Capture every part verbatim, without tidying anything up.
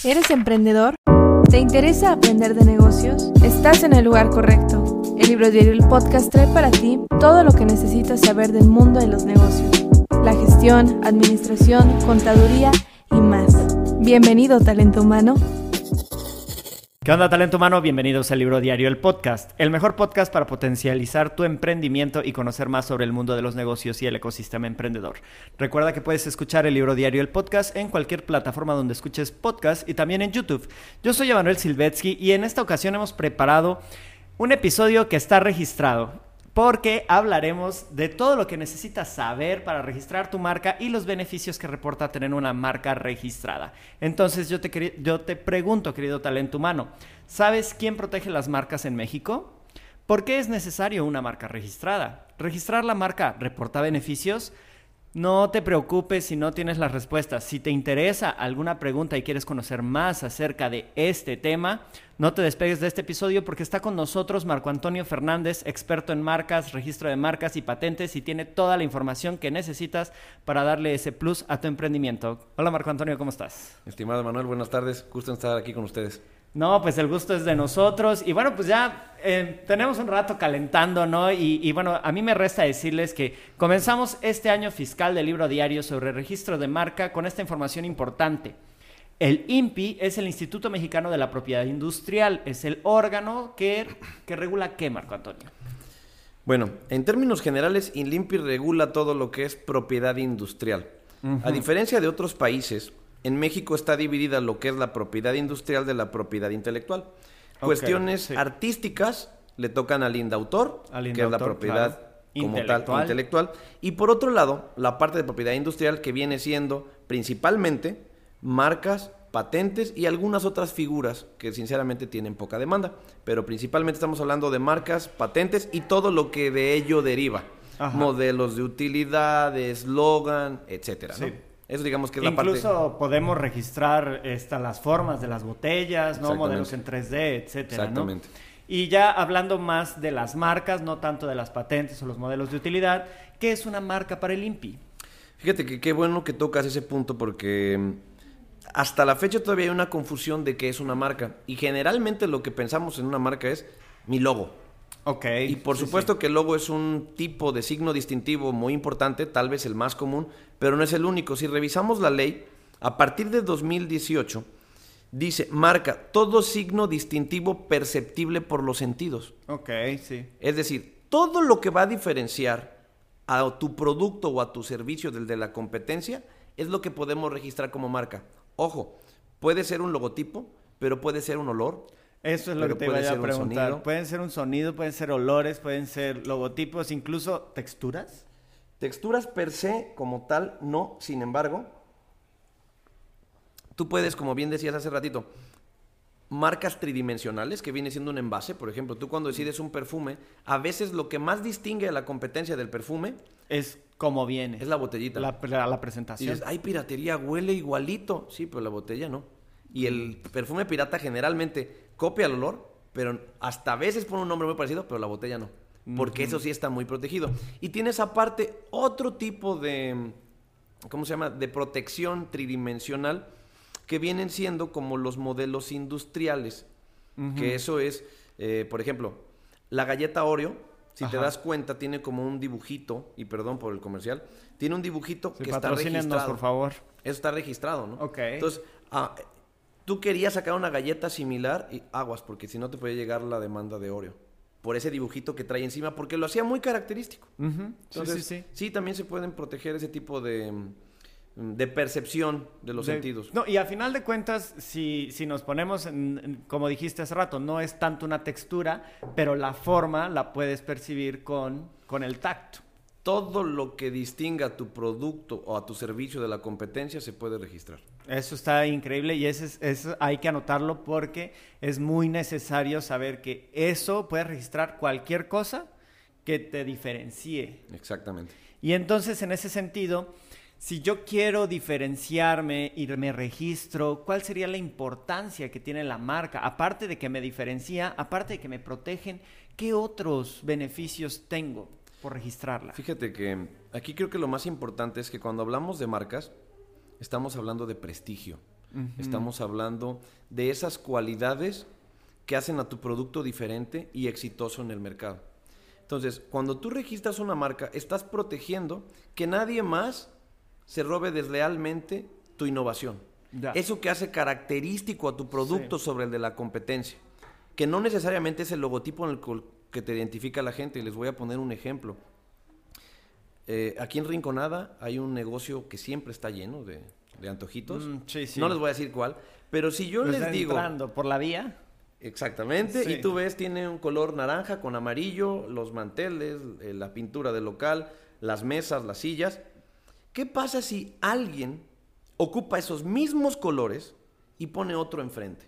¿Eres emprendedor? ¿Te interesa aprender de negocios? Estás en el lugar correcto. El Libro Diario, el podcast, trae para ti todo lo que necesitas saber del mundo de los negocios. La gestión, administración, contaduría y más. Bienvenido, talento humano. ¿Qué onda, talento humano? Bienvenidos al Libro Diario, el podcast, el mejor podcast para potencializar tu emprendimiento y conocer más sobre el mundo de los negocios y el ecosistema emprendedor. Recuerda que puedes escuchar el Libro Diario, el podcast, en cualquier plataforma donde escuches podcast y también en YouTube. Yo soy Emanuel Silvetsky y en esta ocasión hemos preparado un episodio que está registrado, porque hablaremos de todo lo que necesitas saber para registrar tu marca y los beneficios que reporta tener una marca registrada. Entonces yo te, yo te pregunto, querido talento humano, ¿sabes quién protege las marcas en México? ¿Por qué es necesario una marca registrada? ¿Registrar la marca reporta beneficios? No te preocupes si no tienes las respuestas. Si te interesa alguna pregunta y quieres conocer más acerca de este tema, no te despegues de este episodio porque está con nosotros Marco Antonio Fernández, experto en marcas, registro de marcas y patentes, y tiene toda la información que necesitas para darle ese plus a tu emprendimiento. Hola Marco Antonio, ¿cómo estás? Estimado Manuel, buenas tardes. Gusto en estar aquí con ustedes. No, pues el gusto es de nosotros. Y bueno, pues ya eh, tenemos un rato calentando, ¿no? Y, y bueno, a mí me resta decirles que comenzamos este año fiscal del Libro Diario sobre registro de marca con esta información importante. El I N P I es el Instituto Mexicano de la Propiedad Industrial. Es el órgano que, que regula ¿qué, Marco Antonio? Bueno, en términos generales, el I N P I regula todo lo que es propiedad industrial. Uh-huh. A diferencia de otros países, en México está dividida lo que es la propiedad industrial de la propiedad intelectual. Okay, Cuestiones sí. artísticas le tocan al INDAUTOR, al que es la propiedad claro. como intelectual. tal intelectual. Y por otro lado, la parte de propiedad industrial que viene siendo principalmente marcas, patentes y algunas otras figuras que sinceramente tienen poca demanda. Pero principalmente estamos hablando de marcas, patentes y todo lo que de ello deriva. Ajá. Modelos de utilidad, eslogan, etcétera, ¿no? Sí. Eso digamos que es Incluso la parte... Incluso podemos registrar esta, las formas de las botellas, ¿no? Modelos en tres D, etcétera, Exactamente. ¿no? Y ya hablando más de las marcas, no tanto de las patentes o los modelos de utilidad, ¿qué es una marca para el I N P I? Fíjate que qué bueno que tocas ese punto porque hasta la fecha todavía hay una confusión de qué es una marca. Y generalmente lo que pensamos en una marca es mi logo. Okay, y por sí, supuesto sí. que el logo es un tipo de signo distintivo muy importante, tal vez el más común, pero no es el único. Si revisamos la ley, a partir de dos mil dieciocho, dice, marca todo signo distintivo perceptible por los sentidos. Ok, sí. Es decir, todo lo que va a diferenciar a tu producto o a tu servicio del de la competencia es lo que podemos registrar como marca. Ojo, puede ser un logotipo, pero puede ser un olor. Eso es lo que te iba a preguntar. Pueden ser un sonido, pueden ser olores, pueden ser logotipos, incluso texturas. Texturas per se como tal, no. Sin embargo, tú puedes, como bien decías hace ratito, marcas tridimensionales, que viene siendo un envase. Por ejemplo, tú cuando decides un perfume, a veces lo que más distingue a la competencia del perfume es cómo viene. Es la botellita. La, la, la presentación. Y dices, ay, piratería, huele igualito. Sí, pero la botella no. Y el perfume pirata generalmente copia el olor, pero hasta a veces pone un nombre muy parecido, pero la botella no. Porque uh-huh. eso sí está muy protegido. Y tienes aparte otro tipo de, ¿cómo se llama? De protección tridimensional que vienen siendo como los modelos industriales. Uh-huh. Que eso es, eh, por ejemplo, la galleta Oreo, si Ajá. te das cuenta, tiene como un dibujito, y perdón por el comercial, tiene un dibujito sí, que está registrado. por favor. Eso está registrado, ¿no? Ok. Entonces, ah, tú querías sacar una galleta similar y aguas, porque si no te puede llegar la demanda de Oreo. Por ese dibujito que trae encima, porque lo hacía muy característico. Uh-huh. Entonces, sí, sí, sí. sí, también se pueden proteger ese tipo de, de percepción de los de, sentidos. No, y a final de cuentas, si, si nos ponemos, en, en, como dijiste hace rato, no es tanto una textura, pero la forma la puedes percibir con, con el tacto. Todo lo que distinga a tu producto o a tu servicio de la competencia se puede registrar. Eso está increíble y eso, es, eso hay que anotarlo porque es muy necesario saber que eso puede registrar cualquier cosa que te diferencie. Exactamente. Y entonces, en ese sentido, si yo quiero diferenciarme y me registro, ¿cuál sería la importancia que tiene la marca? Aparte de que me diferencia, aparte de que me protegen, ¿qué otros beneficios tengo por registrarla? Fíjate que aquí creo que lo más importante es que cuando hablamos de marcas, estamos hablando de prestigio. Uh-huh. Estamos hablando de esas cualidades que hacen a tu producto diferente y exitoso en el mercado. Entonces, cuando tú registras una marca, estás protegiendo que nadie más se robe deslealmente tu innovación. Ya. Eso que hace característico a tu producto sí. sobre el de la competencia. Que no necesariamente es el logotipo en el que te identifica la gente. Y les voy a poner un ejemplo. Eh, aquí en Rinconada hay un negocio que siempre está lleno de, de antojitos. Mm, sí, sí. No les voy a decir cuál. Pero si yo les digo... entrando por la vía... Exactamente, sí. Y tú ves, tiene un color naranja con amarillo, los manteles, eh, la pintura del local, las mesas, las sillas. ¿Qué pasa si alguien ocupa esos mismos colores y pone otro enfrente?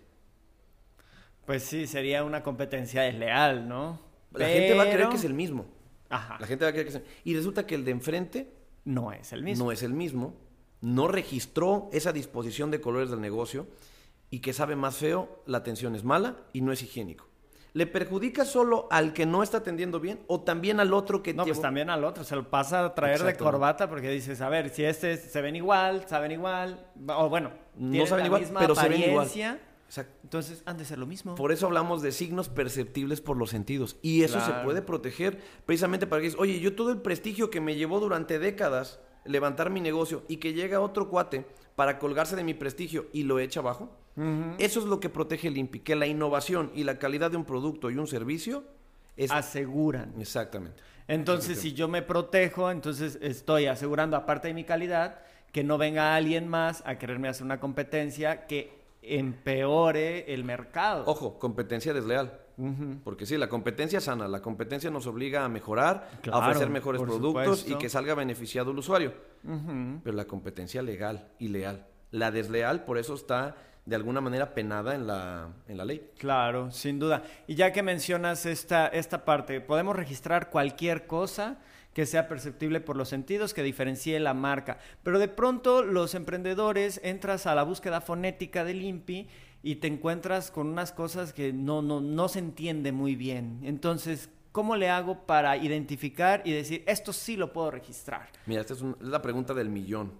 Pues sí, sería una competencia desleal, ¿no? La Pero... gente va a creer que es el mismo. Ajá. La gente va a creer que es el... Y resulta que el de enfrente... No es el mismo. No es el mismo. No registró esa disposición de colores del negocio... Y que sabe más feo, la atención es mala y no es higiénico. ¿Le perjudica solo al que no está atendiendo bien o también al otro que... No, llevó... pues también al otro. Se lo pasa a traer de corbata porque dices, a ver, si este se ven igual, saben igual, o bueno, no saben igual, pero se ven igual. Exacto. Entonces han de ser lo mismo. Por eso hablamos de signos perceptibles por los sentidos. Y eso claro. se puede proteger precisamente para que dices, oye, yo todo el prestigio que me llevó durante décadas levantar mi negocio y que llega otro cuate para colgarse de mi prestigio y lo echa abajo. Uh-huh. Eso es lo que protege el I N P I, que la innovación y la calidad de un producto y un servicio es... aseguran. Exactamente. Entonces, si yo me protejo, entonces estoy asegurando, aparte de mi calidad, que no venga alguien más a quererme hacer una competencia que empeore el mercado. Ojo, competencia desleal. Uh-huh. Porque sí, la competencia sana, la competencia nos obliga a mejorar, claro, a ofrecer mejores productos supuesto. Y que salga beneficiado el usuario. Uh-huh. Pero la competencia legal y leal. La desleal, por eso está de alguna manera penada en la, en la ley. Claro, sin duda. Y ya que mencionas esta, esta parte, podemos registrar cualquier cosa que sea perceptible por los sentidos, que diferencie la marca. Pero de pronto los emprendedores entras a la búsqueda fonética del I N P I y te encuentras con unas cosas que no, no, no se entiende muy bien. Entonces, ¿cómo le hago para identificar y decir, esto sí lo puedo registrar? Mira, esta es, un, es la pregunta del millón.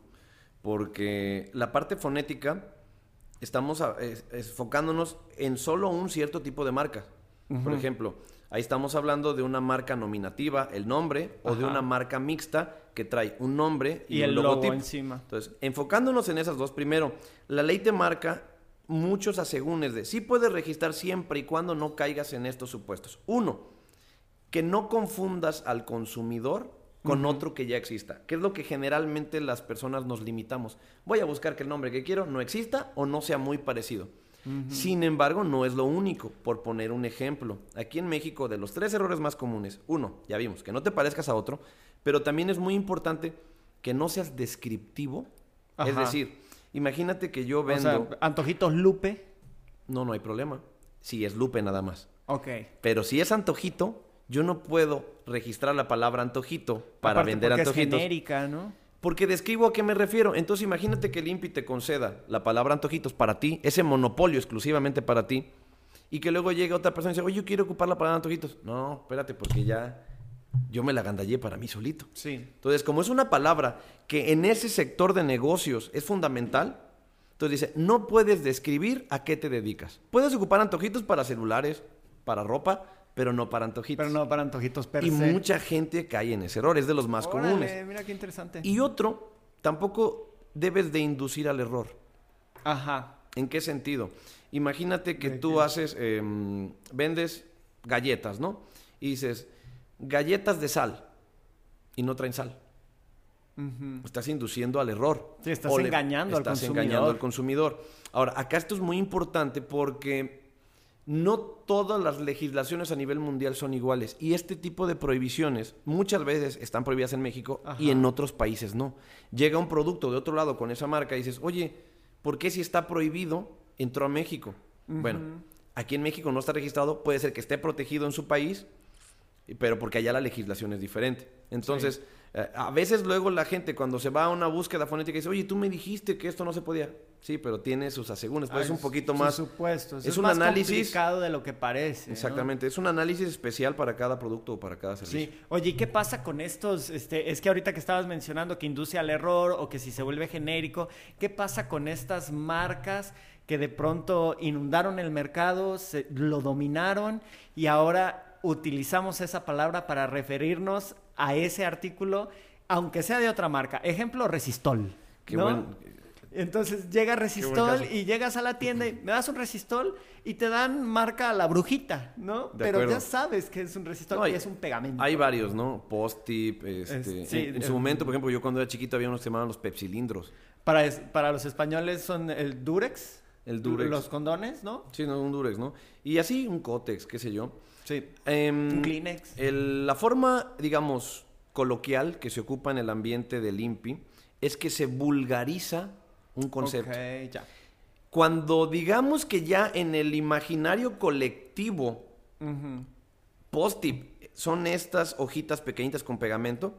Porque la parte fonética, estamos a, es, enfocándonos en solo un cierto tipo de marca. Uh-huh. Por ejemplo, ahí estamos hablando de una marca nominativa, el nombre, Ajá. o de una marca mixta que trae un nombre y, y un el logotipo. Logo encima. Entonces, enfocándonos en esas dos, primero, la ley te marca muchos asegúnes de sí puedes registrar siempre y cuando no caigas en estos supuestos. Uno, que no confundas al consumidor con uh-huh. otro que ya exista, que es lo que generalmente las personas nos limitamos. Voy a buscar que el nombre que quiero no exista o no sea muy parecido. Uh-huh. Sin embargo, no es lo único. Por poner un ejemplo, aquí en México, de los tres errores más comunes, uno, ya vimos, que no te parezcas a otro, pero también es muy importante que no seas descriptivo. Ajá. Es decir, imagínate que yo vendo... O sea, antojitos Lupe. No, no hay problema. Si es Lupe nada más. Ok. Pero si es antojito, yo no puedo registrar la palabra antojito para Aparte vender porque antojitos. Es genérica, ¿no? Porque describo a qué me refiero. Entonces imagínate que el I N P I te conceda la palabra antojitos para ti, ese monopolio exclusivamente para ti, y que luego llegue otra persona y dice, oye, yo quiero ocupar la palabra antojitos. No, espérate, porque ya yo me la agandallé para mí solito. Sí. Entonces, como es una palabra que en ese sector de negocios es fundamental, entonces dice, no puedes describir a qué te dedicas. Puedes ocupar antojitos para celulares, para ropa, pero no para antojitos. Pero no para antojitos per y se. Y mucha gente cae en ese error, es de los más Órale, comunes. Mira qué interesante. Y otro, tampoco debes de inducir al error. Ajá. ¿En qué sentido? Imagínate que tú qué? haces, eh, vendes galletas, ¿no? Y dices, galletas de sal, y no traen sal. Uh-huh. Estás induciendo al error. Sí, estás engañando al consumidor. Estás engañando al consumidor. Ahora, acá esto es muy importante porque no todas las legislaciones a nivel mundial son iguales. Y este tipo de prohibiciones muchas veces están prohibidas en México Ajá. y en otros países no. Llega un producto de otro lado con esa marca y dices, oye, ¿por qué si está prohibido entró a México? Uh-huh. Bueno, aquí en México no está registrado, puede ser que esté protegido en su país, pero porque allá la legislación es diferente. Entonces, sí. Eh, a veces luego la gente cuando se va a una búsqueda fonética dice, oye, tú me dijiste que esto no se podía. Sí, pero tiene sus asegúnes, pues Ay, es un poquito más... supuestos. Es, es un más análisis... complicado de lo que parece. Exactamente, ¿no? es un análisis especial para cada producto o para cada servicio. Sí, oye, ¿y qué pasa con estos? Este, es que ahorita que estabas mencionando que induce al error o que si se vuelve genérico, ¿qué pasa con estas marcas que de pronto inundaron el mercado, se, lo dominaron y ahora utilizamos esa palabra para referirnos a ese artículo, aunque sea de otra marca? Ejemplo, Resistol. Qué ¿no? buen... Entonces llega Resistol y llegas a la tienda y me das un Resistol y te dan marca La Brujita, ¿no? De Pero acuerdo. ya sabes que es un Resistol No, hay, y es un pegamento. Hay varios, ¿no? Post-tip, este... Es- sí, en, en eh, su momento, por ejemplo, yo cuando era chiquito había unos que se llamaban los pepsilindros. Para, es- para los españoles son el Durex, El Durex. los condones, ¿no? Sí, no, un Durex, ¿no? Y así un Cotex, qué sé yo. Sí. Em, Un Kleenex. el- la forma, digamos, coloquial que se ocupa en el ambiente del I N P I es que se vulgariza un concepto. Ok, ya. Cuando digamos que ya en el imaginario colectivo, Ujú. post-it son estas hojitas pequeñitas con pegamento,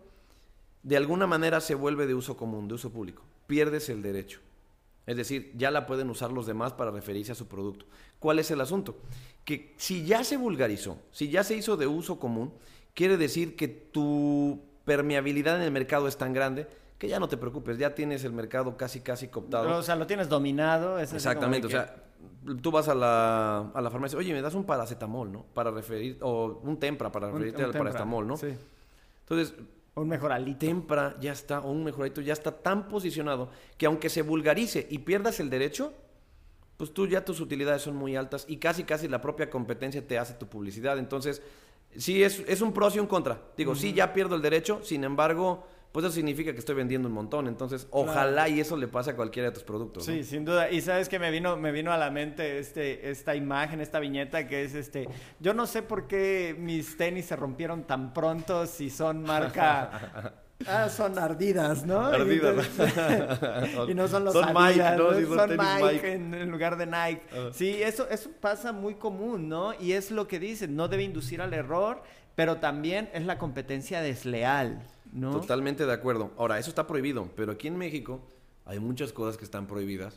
de alguna manera se vuelve de uso común, de uso público. Pierdes el derecho. Es decir, ya la pueden usar los demás para referirse a su producto. ¿Cuál es el asunto? Que si ya se vulgarizó, si ya se hizo de uso común, quiere decir que tu permeabilidad en el mercado es tan grande que ya no te preocupes, ya tienes el mercado casi casi cooptado. O sea, lo tienes dominado. Es así Exactamente, o como de sea, tú vas a la, a la farmacia, oye, me das un paracetamol, ¿no? Para referir, o un Tempra para Un- referirte un al Tempra, paracetamol, ¿no? Sí. Entonces, Un mejoralito. Tempra ya está, o un mejorito ya está tan posicionado que aunque se vulgarice y pierdas el derecho, pues tú ya tus utilidades son muy altas y casi casi la propia competencia te hace tu publicidad. Entonces, sí es, es un pro y un contra. Digo, sí ya pierdo el derecho, sin embargo, pues eso significa que estoy vendiendo un montón. Entonces, ojalá y eso le pase a cualquiera de tus productos, ¿no? Sí, sin duda. Y sabes que me vino, me vino a la mente este, esta imagen, esta viñeta que es este. Yo no sé por qué mis tenis se rompieron tan pronto si son marca. Ah, son ardidas, ¿no? Ardidas. Y, entonces- y no son los Son Adidas, Mike, ¿no? Sí, son son tenis Mike, Mike. En, en lugar de Nike. Ah. Sí, eso, eso pasa muy común, ¿no? Y es lo que dicen, no debe inducir al error, pero también es la competencia desleal, ¿no? Totalmente de acuerdo. Ahora, eso está prohibido, pero aquí en México hay muchas cosas que están prohibidas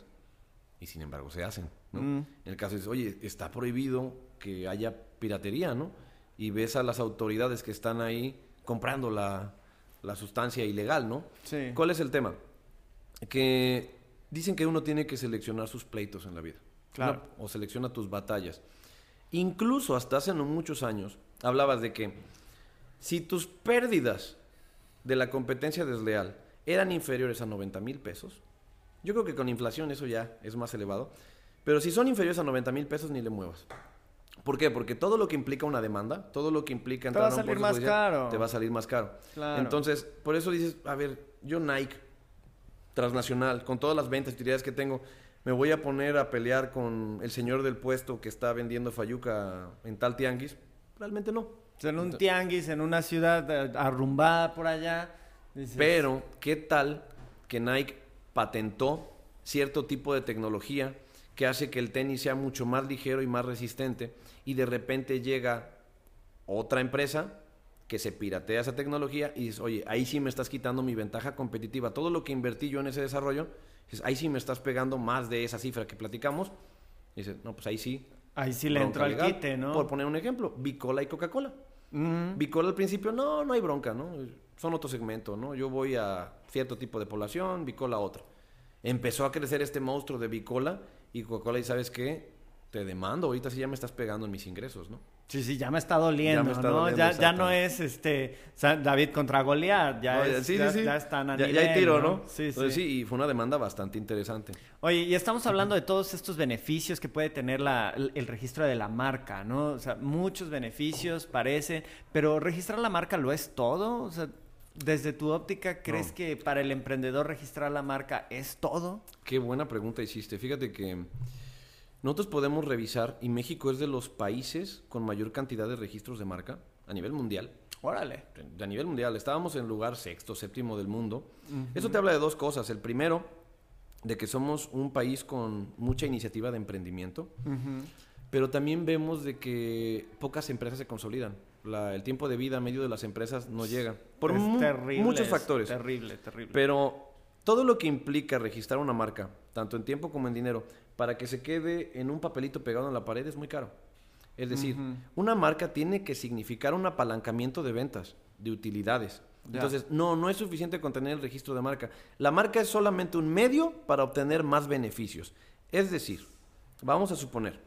y sin embargo se hacen, ¿no? Mm. En el caso es, oye, está prohibido que haya piratería, ¿no? Y ves a las autoridades que están ahí comprando la, la sustancia ilegal, ¿no? Sí. ¿Cuál es el tema? Que dicen que uno tiene que seleccionar sus pleitos en la vida. Claro. ¿no? O selecciona tus batallas. Incluso hasta hace no muchos años hablabas de que si tus pérdidas de la competencia desleal eran inferiores a noventa mil pesos, yo creo que con inflación eso ya es más elevado, pero si son inferiores a noventa mil pesos ni le muevas. ¿Por qué? Porque todo lo que implica una demanda, todo lo que implica Te va a entrar a un salir proceso más judicial, caro. te va a salir más caro. Claro. Entonces, por eso dices, a ver, yo Nike, transnacional, con todas las ventas y utilidades que tengo, me voy a poner a pelear con el señor del puesto que está vendiendo fayuca en tal tianguis. Realmente no. En un tianguis, en una ciudad eh, arrumbada por allá. dices, Pero, ¿qué tal que Nike patentó cierto tipo de tecnología que hace que el tenis sea mucho más ligero y más resistente y de repente llega otra empresa que se piratea esa tecnología y dices, oye, ahí sí me estás quitando mi ventaja competitiva. Todo lo que invertí yo en ese desarrollo, dices, ahí sí me estás pegando más de esa cifra que platicamos. Y dices, no, pues ahí sí. Ahí sí le bronca entró al legal. quite, ¿no? Por poner un ejemplo, Bicola y Coca-Cola. Mm. Bicola al principio, no, no hay bronca, ¿no? Son otro segmento, ¿no? Yo voy a cierto tipo de población, Bicola a otro. Empezó a crecer este monstruo de Bicola y Coca-Cola, y ¿sabes qué? Te demando, ahorita sí ya me estás pegando en mis ingresos, ¿no? Sí, sí, ya me está doliendo, Ya me está ¿no? doliendo, ya, ya exacto. no es este o sea, David contra Goliat, ya, No, es, sí, ya, sí, sí. ya están a ya, nivel, ya hay tiro, ¿no? Sí, Entonces, sí. sí, y fue una demanda bastante interesante. Oye, y estamos hablando de todos estos beneficios que puede tener la, el, el registro de la marca, ¿no? O sea, muchos beneficios parecen, pero registrar la marca lo es todo, o sea, desde tu óptica, ¿crees No. que para el emprendedor registrar la marca es todo? Qué buena pregunta hiciste. Fíjate que nosotros podemos revisar, y México es de los países con mayor cantidad de registros de marca a nivel mundial. Órale. A nivel mundial, estábamos en lugar sexto, séptimo del mundo. Uh-huh. Eso te habla de dos cosas. El primero, de que somos un país con mucha iniciativa de emprendimiento, uh-huh. pero también vemos de que pocas empresas se consolidan. la, el tiempo de vida medio de las empresas no llega. Por es mu- terrible, muchos es factores. Terrible, terrible. Pero todo lo que implica registrar una marca, tanto en tiempo como en dinero, para que se quede en un papelito pegado en la pared es muy caro. Es decir, Ujú. una marca tiene que significar un apalancamiento de ventas, de utilidades. Ya. Entonces, no, no es suficiente con tener el registro de marca. La marca es solamente un medio para obtener más beneficios. Es decir, vamos a suponer,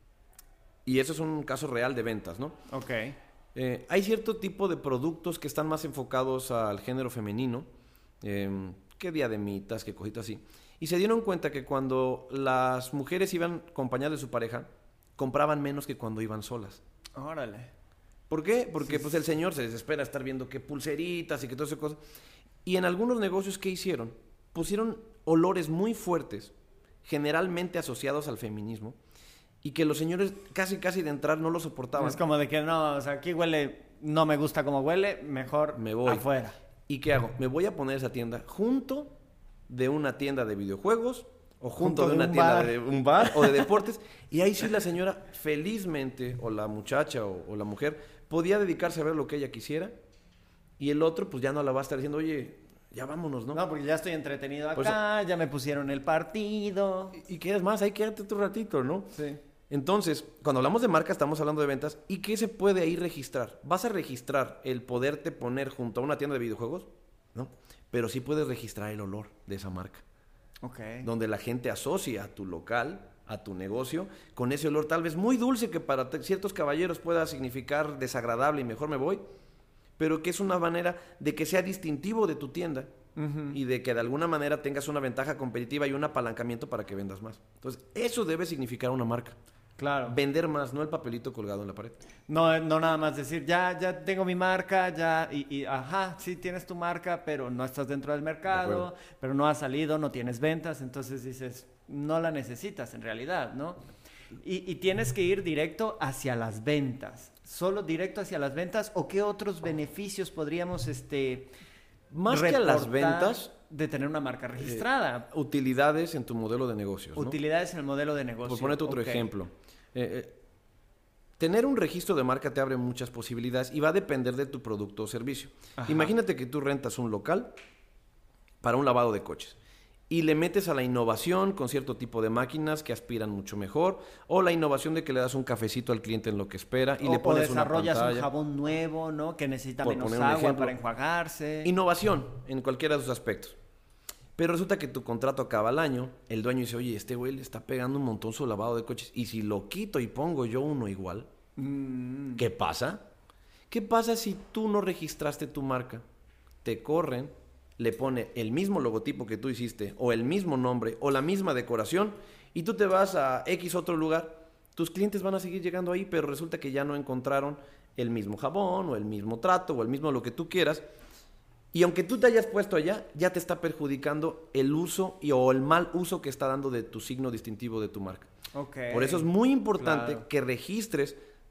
y eso es un caso real de ventas, ¿no? Ok. Eh, hay cierto tipo de productos que están más enfocados al género femenino, eh, que diademitas, que cositas así. Y se dieron cuenta que cuando las mujeres iban acompañadas de su pareja, compraban menos que cuando iban solas. Órale. ¿Por qué? Porque Sí, pues sí. el señor se desespera estar viendo qué pulseritas y que todas esas cosas. Y en algunos negocios, ¿qué hicieron? Pusieron olores muy fuertes, generalmente asociados al feminismo, y que los señores casi casi de entrar no lo soportaban. Es como de que no, o sea, aquí huele, no me gusta como huele, mejor Me voy. afuera. ¿Y qué hago? Me voy a poner esa tienda junto de una tienda de videojuegos o junto, Junto de de una un tienda bar. de un bar o de deportes. Y ahí sí la señora felizmente, o la muchacha o, o la mujer, podía dedicarse a ver lo que ella quisiera. Y el otro pues ya no la va a estar diciendo, oye, ya vámonos, ¿no? No, porque ya estoy entretenido Por acá, ya me pusieron el partido. Y, y quieres más, ahí quédate otro ratito, ¿no? Sí. Entonces, cuando hablamos de marca, estamos hablando de ventas. ¿Y qué se puede ahí registrar? ¿Vas a registrar el poderte poner junto a una tienda de videojuegos? No. Pero sí puedes registrar el olor de esa marca. Ok. Donde la gente asocia a tu local, a tu negocio, con ese olor tal vez muy dulce que para te- ciertos caballeros pueda significar desagradable y mejor me voy, pero que es una manera de que sea distintivo de tu tienda. Ujú. Y de que de alguna manera tengas una ventaja competitiva y un apalancamiento para que vendas más. Entonces, eso debe significar una marca. Claro. Vender más, no el papelito colgado en la pared. No, no nada más decir, ya, ya tengo mi marca, ya, y, y, ajá, sí tienes tu marca, pero no estás dentro del De mercado, acuerdo. pero no has salido, no tienes ventas, entonces dices, no la necesitas en realidad, ¿no? Y, y tienes que ir directo hacia las ventas, solo directo hacia las ventas, o qué otros beneficios podríamos, este, Más que a las reportar ventas, de tener una marca registrada, utilidades en tu modelo de negocios, ¿no? utilidades en el modelo de negocio. Por ponerte otro Ok. ejemplo. Eh, eh, tener un registro de marca te abre muchas posibilidades y va a depender de tu producto o servicio. Ajá. Imagínate que tú rentas un local para un lavado de coches y le metes a la innovación con cierto tipo de máquinas que aspiran mucho mejor, o la innovación de que le das un cafecito al cliente en lo que espera y o, le pones o una desarrollas pantalla. un jabón nuevo, ¿no? Que necesita Por menos poner un agua ejemplo. para enjuagarse. Innovación en cualquiera de sus aspectos. Pero resulta que tu contrato acaba al año, el dueño dice, oye, este güey le está pegando un montón su lavado de coches, y si lo quito y pongo yo uno igual, Mm, ¿qué pasa? ¿Qué pasa si tú no registraste tu marca? Te corren, le pone el mismo logotipo que tú hiciste, o el mismo nombre, o la misma decoración, y tú te vas a X otro lugar. Tus clientes van a seguir llegando ahí, pero resulta que ya no encontraron el mismo jabón, o el mismo trato, o el mismo lo que tú quieras. Y aunque tú te hayas puesto allá, ya te está perjudicando el uso y, o el mal uso que está dando de tu signo distintivo de tu marca. ok. Por eso es muy importante Claro. que registres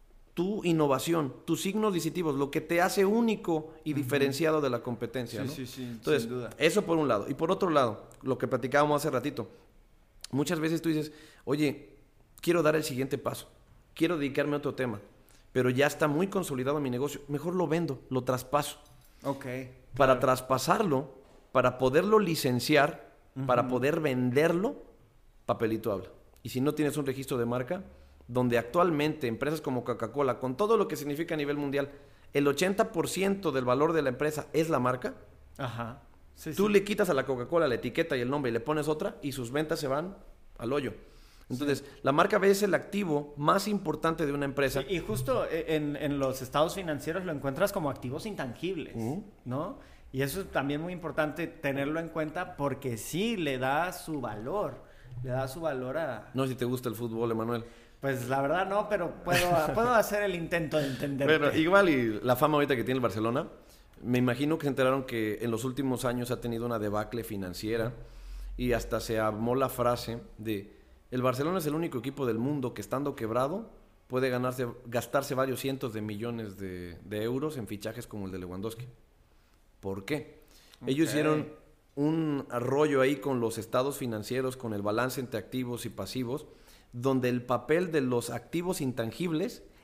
tu innovación, tus signos distintivos, lo que te hace único y diferenciado de la competencia. Sí, ¿no? sí, sí, Entonces, sin duda. eso por un lado. Y por otro lado, lo que platicábamos hace ratito, muchas veces tú dices, oye, quiero dar el siguiente paso, quiero dedicarme a otro tema, pero ya está muy consolidado mi negocio, mejor lo vendo, lo traspaso. Ok. Para claro. traspasarlo, para poderlo licenciar, para poder venderlo, papelito habla. Y si no tienes un registro de marca, donde actualmente empresas como Coca-Cola, con todo lo que significa a nivel mundial, el ochenta por ciento del valor de la empresa es la marca, Ajá. Sí, tú sí. le quitas a la Coca-Cola la etiqueta y el nombre y le pones otra y sus ventas se van al hoyo. Entonces, la marca es el activo más importante de una empresa. Sí, y justo eh, en, en los estados financieros lo encuentras como activos intangibles, Ujú. ¿no? Y eso es también muy importante tenerlo en cuenta porque sí le da su valor, le da su valor a... No sé si te gusta el fútbol, Emanuel. Pues la verdad no, pero puedo, puedo hacer el intento de entender. Bueno, igual y la fama ahorita que tiene el Barcelona, me imagino que se enteraron que en los últimos años ha tenido una debacle financiera y hasta se armó la frase de el Barcelona es el único equipo del mundo que estando quebrado puede ganarse, gastarse varios cientos de millones de, de euros en fichajes como el de Lewandowski. ¿Por qué? Ellos Ok. hicieron un rollo ahí con los estados financieros, con el balance entre activos y pasivos, donde el papel de los activos intangibles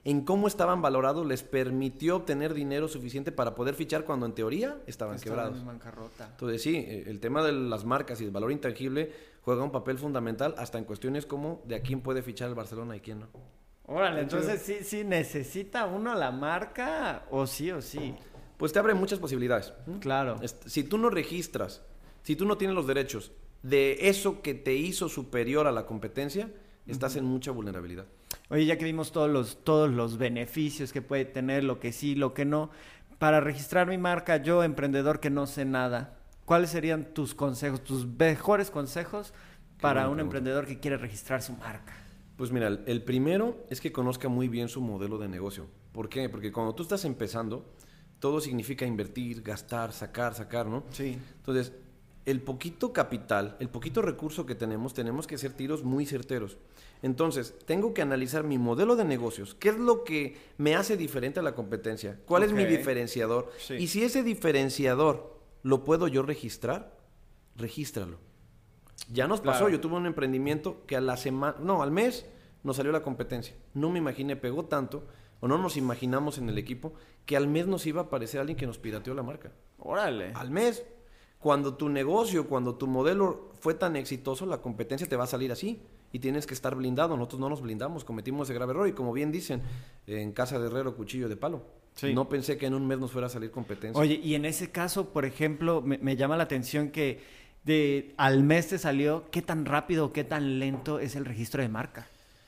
en cómo estaban valorados, les permitió obtener dinero suficiente para poder fichar cuando en teoría estaban, estaban quebrados. En bancarrota. Entonces sí, el tema de las marcas y el valor intangible juega un papel fundamental hasta en cuestiones como de a quién puede fichar el Barcelona y quién no. Órale, entonces sí, sí, ¿necesita uno la marca o sí o sí? Pues te abre muchas posibilidades. Claro. Si tú no registras, si tú no tienes los derechos de eso que te hizo superior a la competencia, estás uh-huh. en mucha vulnerabilidad. Oye, ya que vimos todos los, todos los beneficios que puede tener, lo que sí, lo que no, para registrar mi marca, yo, emprendedor que no sé nada, ¿cuáles serían tus consejos, tus mejores consejos para un emprendedor que quiere registrar su marca? Pues mira, el, el primero es que conozca muy bien su modelo de negocio. ¿Por qué? Porque cuando tú estás empezando, todo significa invertir, gastar, sacar, sacar, ¿no? Sí. Entonces, el poquito capital, el poquito recurso que tenemos, tenemos que hacer tiros muy certeros. Entonces, tengo que analizar mi modelo de negocios. ¿Qué es lo que me hace diferente a la competencia? ¿Cuál okay. es mi diferenciador? Sí. Y si ese diferenciador lo puedo yo registrar, regístralo. Ya nos pasó, claro. Yo tuve un emprendimiento que a la semana, no, al mes nos salió la competencia. No me imaginé, pegó tanto, o no nos imaginamos en el equipo, que al mes nos iba a aparecer alguien que nos pirateó la marca. Órale. Al mes. Cuando tu negocio, cuando tu modelo fue tan exitoso, la competencia te va a salir así y tienes que estar blindado. Nosotros no nos blindamos, cometimos ese grave error y como bien dicen, en casa de herrero, cuchillo de palo. Sí. No pensé que en un mes nos fuera a salir competencia. Oye, y en ese caso, por ejemplo, me, me llama la atención que de al mes te salió, ¿qué tan rápido o qué tan lento es el registro de marca?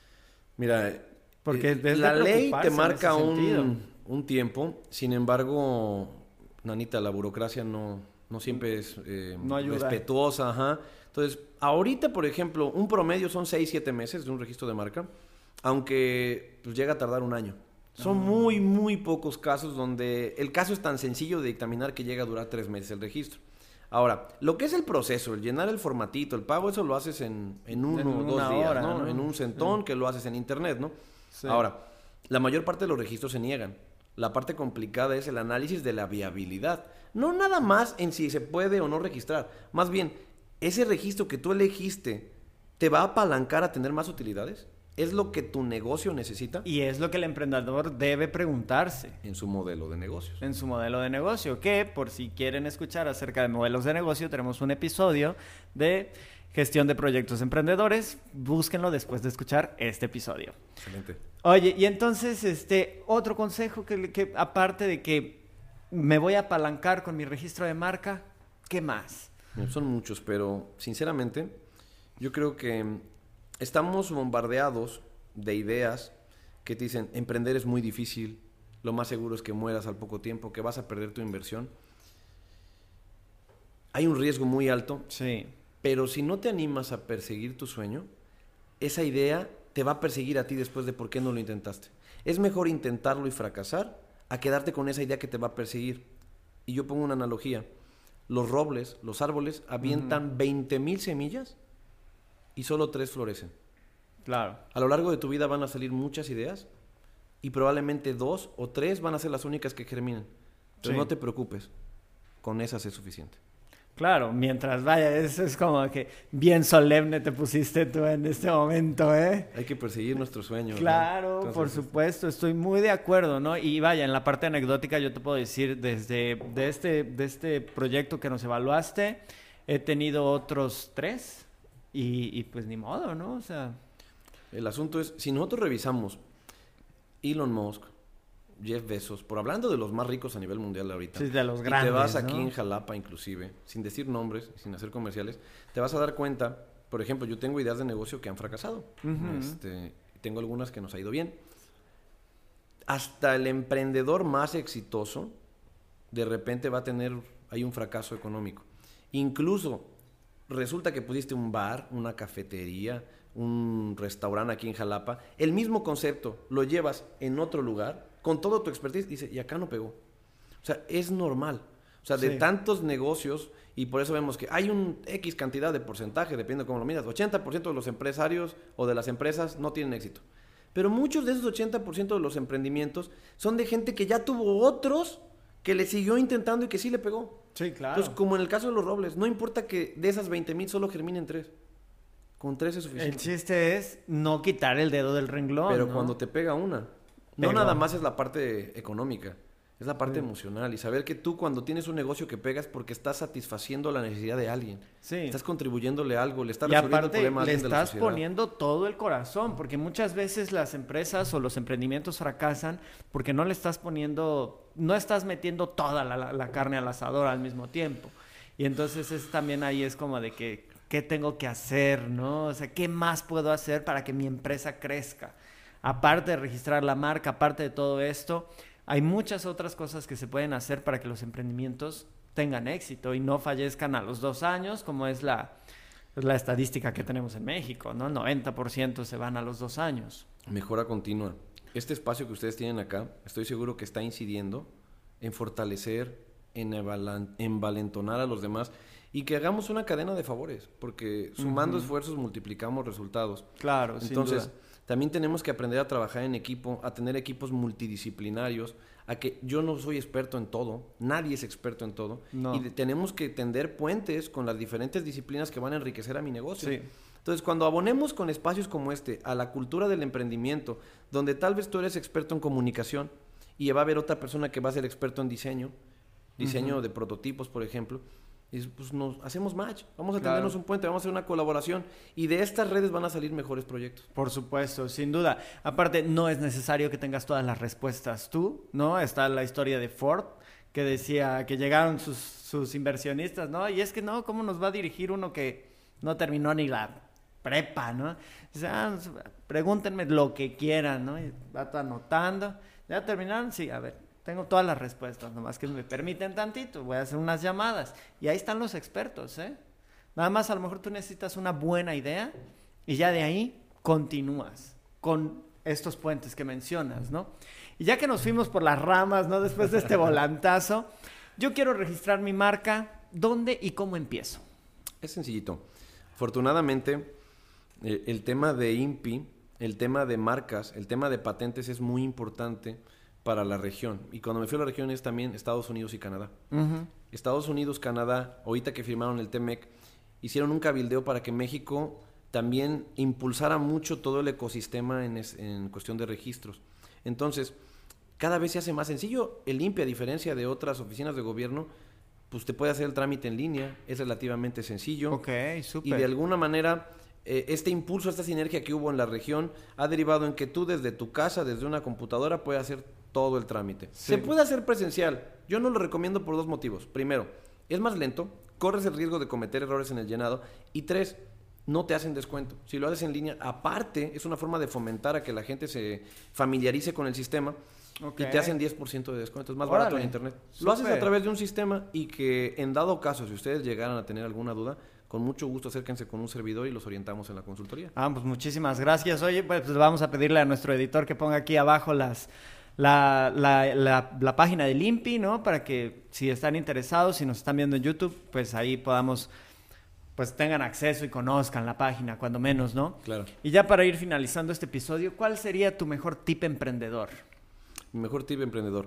Mira, porque eh, la ley te marca un, un tiempo, sin embargo, Nanita, la burocracia no... No siempre es eh, no respetuosa, ajá. Entonces, ahorita, por ejemplo, un promedio son seis, siete meses de un registro de marca, aunque pues, llega a tardar un año. Son uh-huh. muy, muy pocos casos donde el caso es tan sencillo de dictaminar que llega a durar tres meses el registro. Ahora, lo que es el proceso, el llenar el formatito, el pago, eso lo haces en, en uno o dos días, hora, ¿no? ¿no? En un centón sí. que lo haces en internet, ¿no? Sí. Ahora, la mayor parte de los registros se niegan. La parte complicada es el análisis de la viabilidad. No nada más en si se puede o no registrar. Más bien, ¿ese registro que tú elegiste te va a apalancar a tener más utilidades? ¿Es lo que tu negocio necesita? Y es lo que el emprendedor debe preguntarse. En su modelo de negocios. En su modelo de negocio. Que, por si quieren escuchar acerca de modelos de negocio, tenemos un episodio de gestión de proyectos emprendedores. Búsquenlo después de escuchar este episodio. Excelente. Oye, y entonces, este, otro consejo que, que aparte de que me voy a apalancar con mi registro de marca, ¿qué más? Son muchos, pero sinceramente, yo creo que estamos bombardeados de ideas que te dicen, emprender es muy difícil, lo más seguro es que mueras al poco tiempo, que vas a perder tu inversión. Hay un riesgo muy alto, sí. Pero si no te animas a perseguir tu sueño, esa idea te va a perseguir a ti después de por qué no lo intentaste. Es mejor intentarlo y fracasar a quedarte con esa idea que te va a perseguir. Y yo pongo una analogía. Los robles, los árboles, avientan uh-huh. veinte mil semillas y solo tres florecen. Claro. A lo largo de tu vida van a salir muchas ideas y probablemente dos o tres van a ser las únicas que germinen. Pero sí. No te preocupes, con esas es suficiente. Claro, mientras vaya, eso es como que bien solemne te pusiste tú en este momento, ¿eh? Hay que perseguir nuestros sueños. Claro, ¿no? Entonces, por supuesto, estoy muy de acuerdo, ¿no? Y vaya, en la parte anecdótica yo te puedo decir, desde de este, de este proyecto que nos evaluaste, he tenido otros tres y, y pues ni modo, ¿no? O sea... El asunto es, si nosotros revisamos Elon Musk, Jeff Bezos, por hablando de los más ricos a nivel mundial ahorita. Sí, de los grandes, y te vas ¿no? aquí en Jalapa inclusive, sin decir nombres, sin hacer comerciales, te vas a dar cuenta, por ejemplo, yo tengo ideas de negocio que han fracasado. Uh-huh. Este, tengo algunas que nos ha ido bien. Hasta el emprendedor más exitoso, de repente va a tener, hay un fracaso económico. Incluso, resulta que pusiste un bar, una cafetería, un restaurante aquí en Jalapa, el mismo concepto, lo llevas en otro lugar, con todo tu expertise, dice, y acá no pegó. O sea, es normal. O sea, de sí. tantos negocios, y por eso vemos que hay un X cantidad de porcentaje, depende de cómo lo miras, ochenta por ciento de los empresarios o de las empresas no tienen éxito. Pero muchos de esos ochenta por ciento de los emprendimientos son de gente que ya tuvo otros que le siguió intentando y que sí le pegó. Sí, claro. Entonces, como en el caso de los robles, no importa que de esas veinte mil solo germinen tres. Con tres es suficiente. El chiste es no quitar el dedo del renglón, Pero ¿no? cuando te pega una, No Pero... nada más es la parte económica, es la parte sí. emocional. Y saber que tú cuando tienes un negocio que pegas porque estás satisfaciendo la necesidad de alguien. Sí. Estás contribuyéndole algo, le estás Y resolviendo aparte el problema a le alguien de la estás sociedad. poniendo todo el corazón, porque muchas veces las empresas o los emprendimientos fracasan porque no le estás poniendo, no estás metiendo toda la, la, la carne al asador al mismo tiempo. Y entonces es, también ahí es como de que, ¿qué tengo que hacer, no? O sea, ¿qué más puedo hacer para que mi empresa crezca? Aparte de registrar la marca, aparte de todo esto, hay muchas otras cosas que se pueden hacer para que los emprendimientos tengan éxito y no fallezcan a los dos años, como es la, la estadística que tenemos en México, ¿no? El noventa por ciento se van a los dos años. Mejora continua. Este espacio que ustedes tienen acá, estoy seguro que está incidiendo en fortalecer, en evalan- envalentonar a los demás y que hagamos una cadena de favores, porque sumando uh-huh. esfuerzos multiplicamos resultados. Claro, Entonces, sin duda. También tenemos que aprender a trabajar en equipo, a tener equipos multidisciplinarios, a que yo no soy experto en todo, nadie es experto en todo, no. y de, tenemos que tender puentes con las diferentes disciplinas que van a enriquecer a mi negocio. Sí. Entonces, cuando abonemos con espacios como este a la cultura del emprendimiento, donde tal vez tú eres experto en comunicación y va a haber otra persona que va a ser experto en diseño, diseño uh-huh. de prototipos, por ejemplo, y pues nos hacemos match, vamos a claro. tendernos un puente, vamos a hacer una colaboración y de estas redes van a salir mejores proyectos. Por supuesto, sin duda. Aparte, no es necesario que tengas todas las respuestas tú, ¿no? Está la historia de Ford, que decía que llegaron sus, sus inversionistas, ¿no? Y es que no, ¿cómo nos va a dirigir uno que no terminó ni la prepa, ¿no? Dice, ah, pregúntenme lo que quieran, ¿no? Y va anotando. ¿Ya terminaron? Sí, a ver. Tengo todas las respuestas, nomás que me permiten tantito, voy a hacer unas llamadas. Y ahí están los expertos, ¿eh? Nada más a lo mejor tú necesitas una buena idea y ya de ahí continúas con estos puentes que mencionas, ¿no? Y ya que nos fuimos por las ramas, ¿no? Después de este volantazo, yo quiero registrar mi marca, ¿dónde y cómo empiezo? Es sencillito. Afortunadamente, eh, el tema de I N P I, el tema de marcas, el tema de patentes es muy importante para la región. Y cuando me fui a la región es también Estados Unidos y Canadá. Uh-huh. Estados Unidos, Canadá, ahorita que firmaron el T M E C, hicieron un cabildeo para que México también impulsara mucho todo el ecosistema en, es, en cuestión de registros. Entonces, cada vez se hace más sencillo. El I N P I, a diferencia de otras oficinas de gobierno, pues te puede hacer el trámite en línea, es relativamente sencillo. Ok, súper. Y de alguna manera, eh, este impulso, esta sinergia que hubo en la región, ha derivado en que tú desde tu casa, desde una computadora, puedes hacer todo el trámite. Sí. Se puede hacer presencial. Yo no lo recomiendo por dos motivos. Primero, es más lento, corres el riesgo de cometer errores en el llenado. Y tres, no te hacen descuento. Si lo haces en línea, aparte, es una forma de fomentar a que la gente se familiarice con el sistema. Okay. Y te hacen diez por ciento de descuento. Es más Órale. barato en internet. Súper. Lo haces a través de un sistema y que en dado caso, si ustedes llegaran a tener alguna duda, con mucho gusto acérquense con un servidor y los orientamos en la consultoría. Ah, pues muchísimas gracias. Oye, pues vamos a pedirle a nuestro editor que ponga aquí abajo las... La, la, la, la página del I N P I, ¿no? Para que si están interesados, si nos están viendo en YouTube, pues ahí podamos, pues tengan acceso y conozcan la página, cuando menos, ¿no? Claro. Y ya para ir finalizando este episodio, ¿cuál sería tu mejor tip emprendedor? Mi mejor tip emprendedor.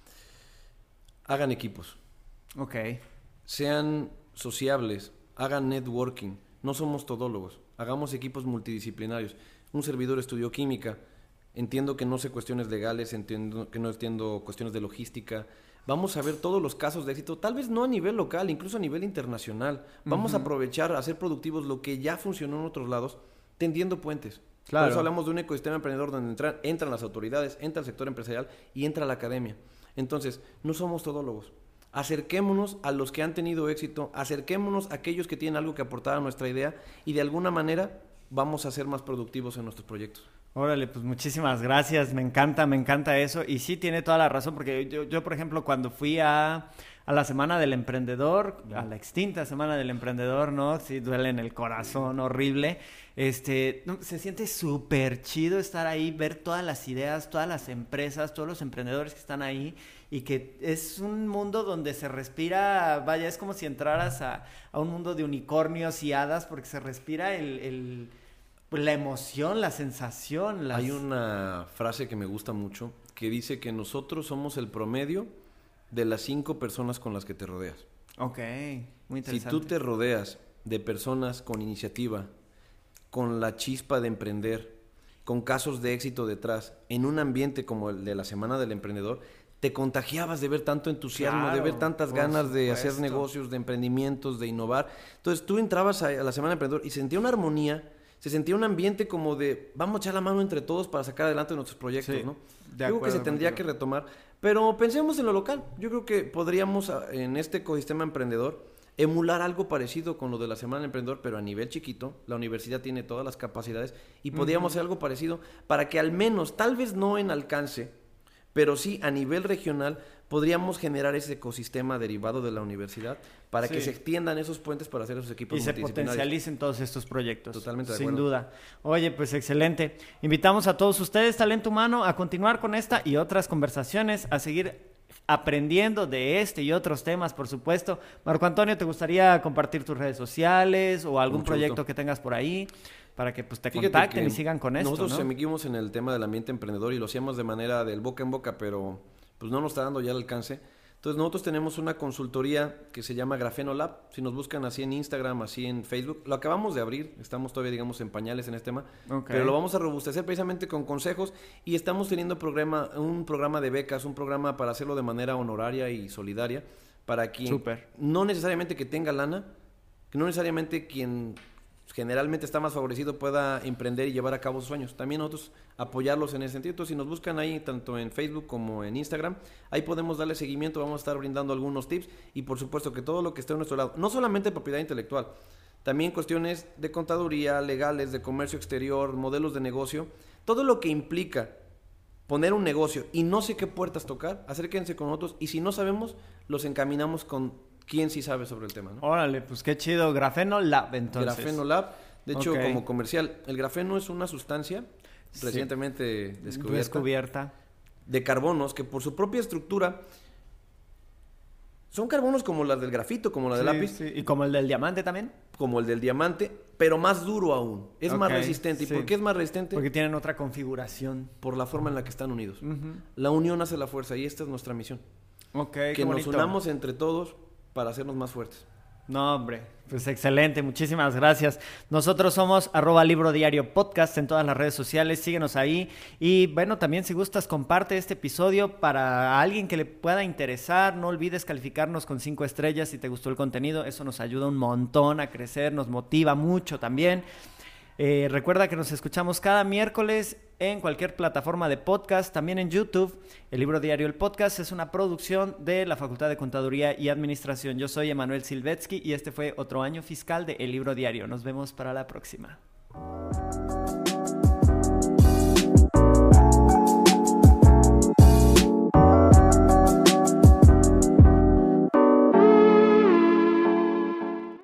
Hagan equipos. Ok. Sean sociables, hagan networking. No somos todólogos, hagamos equipos multidisciplinarios. Un servidor estudió química. Entiendo que no sé cuestiones legales, entiendo que no entiendo cuestiones de logística. Vamos a ver todos los casos de éxito, tal vez no a nivel local, incluso a nivel internacional. Vamos uh-huh. a aprovechar, a hacer productivos lo que ya funcionó en otros lados, tendiendo puentes. Claro. Por eso hablamos de un ecosistema emprendedor donde entran, entran las autoridades, entra el sector empresarial y entra la academia. Entonces, no somos todólogos. Acerquémonos a los que han tenido éxito, acerquémonos a aquellos que tienen algo que aportar a nuestra idea y de alguna manera vamos a ser más productivos en nuestros proyectos. Órale, pues muchísimas gracias, me encanta, me encanta eso y sí tiene toda la razón porque yo, yo por ejemplo, cuando fui a, a la Semana del Emprendedor, a la extinta Semana del Emprendedor, ¿no? Sí, duele en el corazón, horrible, este, no, se siente súper chido estar ahí, ver todas las ideas, todas las empresas, todos los emprendedores que están ahí y que es un mundo donde se respira, vaya, es como si entraras a, a un mundo de unicornios y hadas porque se respira el... el la emoción, la sensación. Las... Hay una frase que me gusta mucho que dice que nosotros somos el promedio de las cinco personas con las que te rodeas. Ok, muy interesante. Si tú te rodeas de personas con iniciativa, con la chispa de emprender, con casos de éxito detrás, en un ambiente como el de la Semana del Emprendedor, te contagiabas de ver tanto entusiasmo, Claro, de ver tantas ganas de supuesto. hacer negocios, de emprendimientos, de innovar. Entonces tú entrabas a, a la Semana del Emprendedor y sentía una armonía, se sentía un ambiente como de vamos a echar la mano entre todos para sacar adelante nuestros proyectos, Sí, ¿no? de Yo creo que se acuerdo tendría contigo. que retomar, pero pensemos en lo local. Yo creo que podríamos a- en este ecosistema emprendedor emular algo parecido con lo de la Semana del Emprendedor, pero a nivel chiquito. La universidad tiene todas las capacidades y podríamos hacer algo parecido para que al menos, tal vez no en alcance, pero sí a nivel regional, podríamos generar ese ecosistema derivado de la universidad para que Sí. se extiendan esos puentes para hacer esos equipos Y se multidisciplinarios. potencialicen todos estos proyectos. Totalmente de Sin acuerdo. duda. Oye, pues excelente. Invitamos a todos ustedes, Talento Humano, a continuar con esta y otras conversaciones, a seguir aprendiendo de este y otros temas, por supuesto. Marco Antonio, ¿te gustaría compartir tus redes sociales o algún Mucho proyecto gusto. que tengas por ahí para que pues te Fíjate contacten que y sigan con esto, nosotros ¿no? seguimos en el tema del ambiente emprendedor y lo hacíamos de manera del boca en boca, pero pues no nos está dando ya el alcance. Entonces nosotros tenemos una consultoría que se llama Grafeno Lab. Si nos buscan así en Instagram, así en Facebook, lo acabamos de abrir, estamos todavía digamos en pañales en este tema, Ok. pero lo vamos a robustecer precisamente con consejos y estamos teniendo programa, un programa de becas, un programa para hacerlo de manera honoraria y solidaria para quien Súper. no necesariamente que tenga lana, que no necesariamente quien generalmente está más favorecido pueda emprender y llevar a cabo sus sueños. También nosotros apoyarlos en ese sentido. Entonces, si nos buscan ahí, tanto en Facebook como en Instagram, ahí podemos darle seguimiento, vamos a estar brindando algunos tips y por supuesto que todo lo que esté a nuestro lado, no solamente propiedad intelectual, también cuestiones de contaduría, legales, de comercio exterior, modelos de negocio, todo lo que implica poner un negocio y no sé qué puertas tocar, acérquense con nosotros y si no sabemos, los encaminamos con quien sí sabe sobre el tema, ¿no? Órale, pues qué chido. Grafeno Lab, entonces. Grafeno Lab. De hecho, Ok. como comercial, el grafeno es una sustancia Sí. recientemente descubierta Descubierta. de carbonos que por su propia estructura son carbonos como las del grafito, como la del Sí, lápiz, sí. ¿Y como el del diamante también? como el del diamante, pero más duro aún. Es más Ok, resistente. ¿Y sí. por qué es más resistente? Porque tienen otra configuración. Por la forma en la que están unidos. Ujú. La unión hace la fuerza y esta es nuestra misión. Ok, que qué nos bonito. unamos entre todos para hacernos más fuertes. No, hombre, pues excelente, muchísimas gracias. Nosotros somos arroba Libro Diario Podcast en todas las redes sociales, síguenos ahí. Y bueno, también si gustas, comparte este episodio para alguien que le pueda interesar. No olvides calificarnos con cinco estrellas si te gustó el contenido, eso nos ayuda un montón a crecer, nos motiva mucho también. Eh, recuerda que nos escuchamos cada miércoles en cualquier plataforma de podcast, también en YouTube. El Libro Diario, el podcast, es una producción de la Facultad de Contaduría y Administración. Yo soy Emanuel Silvetsky y este fue otro año fiscal de El Libro Diario. Nos vemos para la próxima.